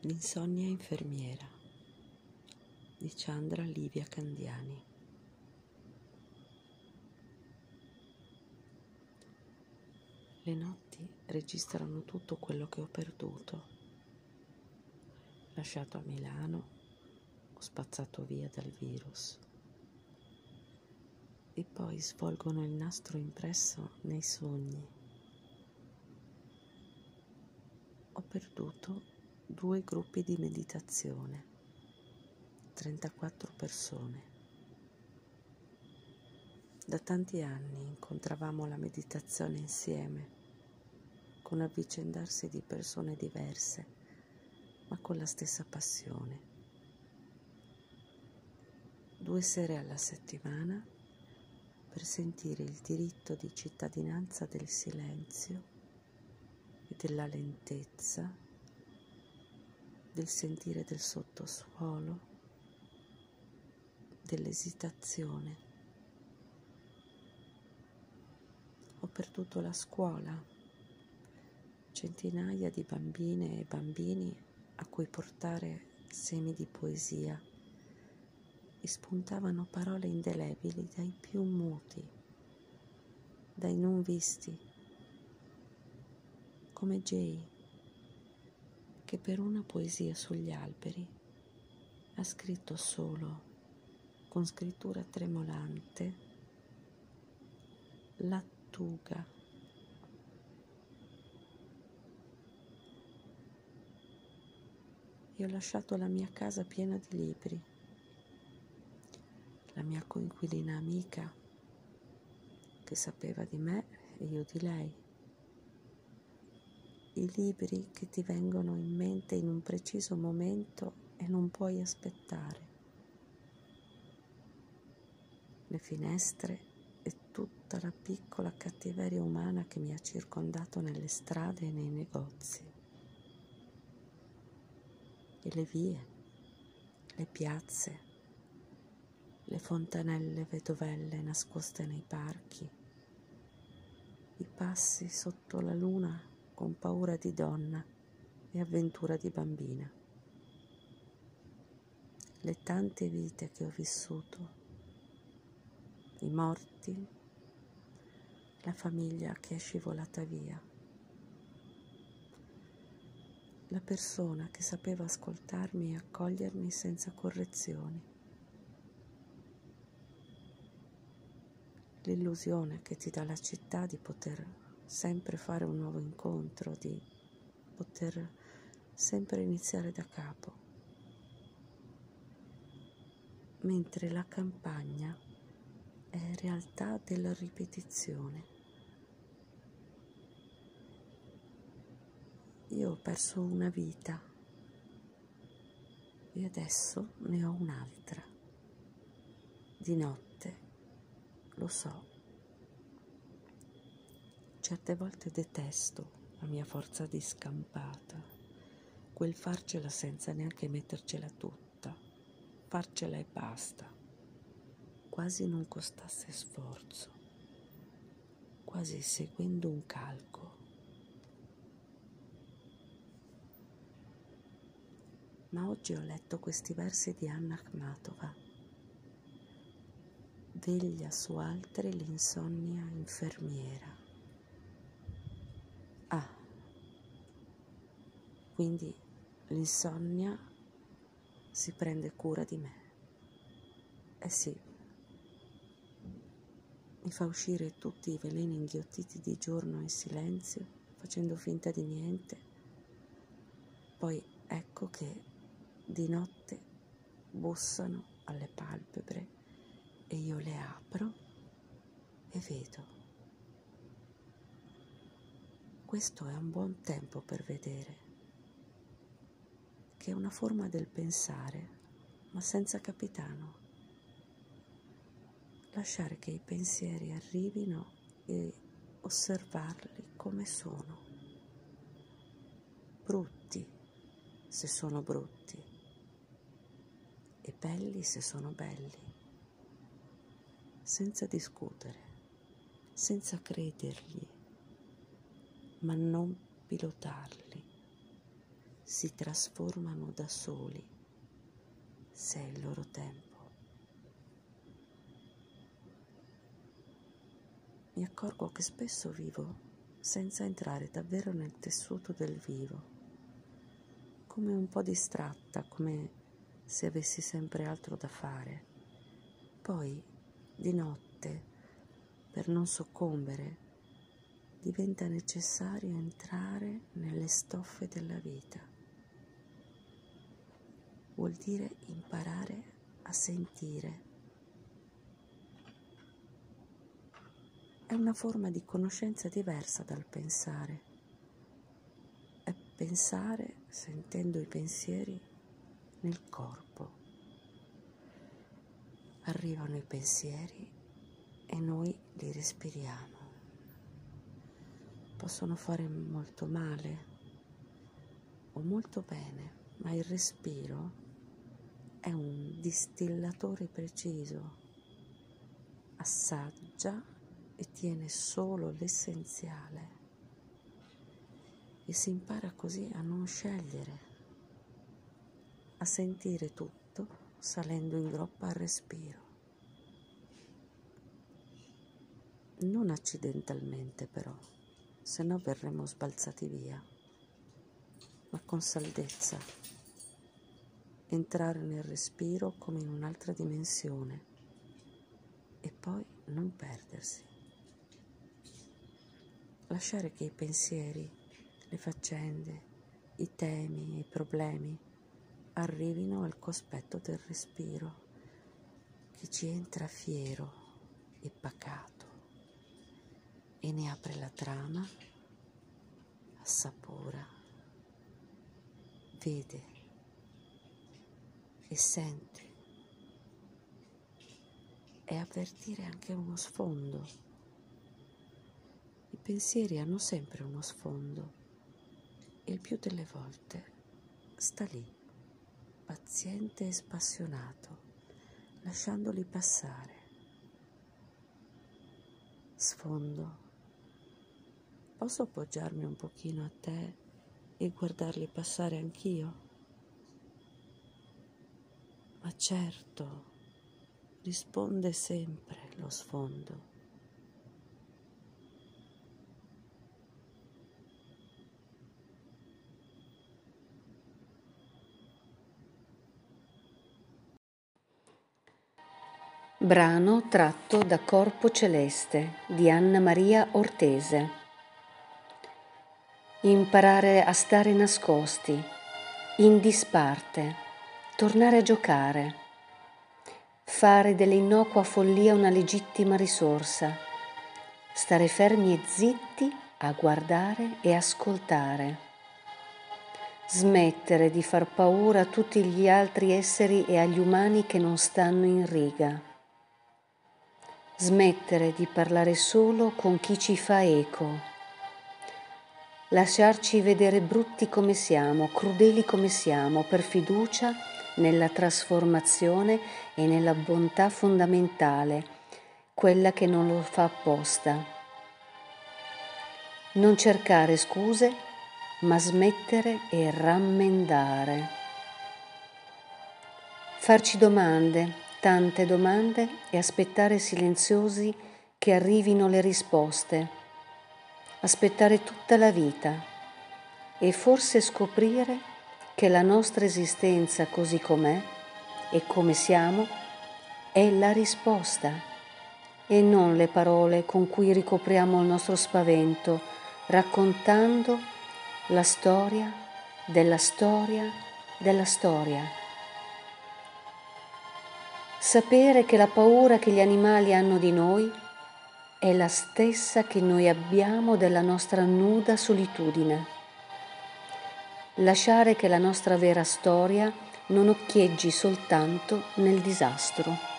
L'insonnia infermiera di Chandra Livia Candiani. Le notti registrano tutto quello che ho perduto. Lasciato a Milano, ho spazzato via dal virus. E poi svolgono il nastro impresso nei sogni. Ho perduto 2 gruppi di meditazione, 34 persone. Da tanti anni incontravamo la meditazione insieme, con avvicendarsi di persone diverse, ma con la stessa passione. 2 sere alla settimana per sentire il diritto di cittadinanza del silenzio e della lentezza, del sentire del sottosuolo, dell'esitazione. Ho perduto la scuola, centinaia di bambine e bambini a cui portare semi di poesia e spuntavano parole indelebili dai più muti, dai non visti, come Jay, che per una poesia sugli alberi ha scritto solo, con scrittura tremolante, lattuga. E ho lasciato la mia casa piena di libri, la mia coinquilina amica che sapeva di me e io di lei. I libri che ti vengono in mente in un preciso momento e non puoi aspettare. Le finestre e tutta la piccola cattiveria umana che mi ha circondato nelle strade e nei negozi. E le vie, le piazze, le fontanelle vedovelle nascoste nei parchi, i passi sotto la luna con paura di donna e avventura di bambina. Le tante vite che ho vissuto, i morti, la famiglia che è scivolata via, la persona che sapeva ascoltarmi e accogliermi senza correzioni, l'illusione che ti dà la città di poter sempre fare un nuovo incontro, di poter sempre iniziare da capo, mentre la campagna è realtà della ripetizione. Io ho perso una vita e adesso ne ho un'altra. Di notte, lo so. Certe volte detesto la mia forza di scampata, quel farcela senza neanche mettercela tutta, farcela e basta, quasi non costasse sforzo, quasi seguendo un calco. Ma oggi ho letto questi versi di Anna Akhmatova. Veglia su altri l'insonnia infermiera. Ah, quindi l'insonnia si prende cura di me. Eh sì, mi fa uscire tutti i veleni inghiottiti di giorno in silenzio, facendo finta di niente. Poi ecco che di notte bussano alle palpebre e io le apro e vedo. Questo è un buon tempo per vedere, che è una forma del pensare, ma senza capitano. Lasciare che i pensieri arrivino e osservarli come sono. Brutti, se sono brutti, e belli se sono belli, senza discutere, senza credergli, ma non pilotarli, si trasformano da soli se è il loro tempo. Mi accorgo che spesso vivo senza entrare davvero nel tessuto del vivo, come un po' distratta, come se avessi sempre altro da fare. Poi, di notte, per non soccombere, diventa necessario entrare nelle stoffe della vita. Vuol dire imparare a sentire. È una forma di conoscenza diversa dal pensare. È pensare sentendo i pensieri nel corpo. Arrivano i pensieri e noi li respiriamo. Possono fare molto male o molto bene, ma il respiro è un distillatore preciso. Assaggia e tiene solo l'essenziale. E si impara così a non scegliere, a sentire tutto salendo in groppa al respiro. Non accidentalmente però, se no verremo sbalzati via, ma con saldezza. Entrare nel respiro come in un'altra dimensione e poi non perdersi. Lasciare che i pensieri, le faccende, i temi, i problemi arrivino al cospetto del respiro che ci entra fiero e pacato e ne apre la trama, assapora, vede e sente e avvertire anche uno sfondo. I pensieri hanno sempre uno sfondo e il più delle volte sta lì, paziente e spassionato, lasciandoli passare. Sfondo. Posso appoggiarmi un pochino a te e guardarli passare anch'io? Ma certo, risponde sempre lo sfondo. Brano tratto da Corpo Celeste di Anna Maria Ortese. Imparare a stare nascosti, in disparte, tornare a giocare, fare dell'innocua follia una legittima risorsa, stare fermi e zitti a guardare e ascoltare, smettere di far paura a tutti gli altri esseri e agli umani che non stanno in riga. Smettere di parlare solo con chi ci fa eco, lasciarci vedere brutti come siamo, crudeli come siamo, per fiducia nella trasformazione e nella bontà fondamentale, quella che non lo fa apposta. Non cercare scuse, ma smettere e rammendare. Farci domande, tante domande, e aspettare silenziosi che arrivino le risposte, aspettare tutta la vita e forse scoprire che la nostra esistenza così com'è e come siamo è la risposta e non le parole con cui ricopriamo il nostro spavento, raccontando la storia della storia della storia. Sapere che la paura che gli animali hanno di noi è la stessa che noi abbiamo della nostra nuda solitudine. Lasciare che la nostra vera storia non occhieggi soltanto nel disastro.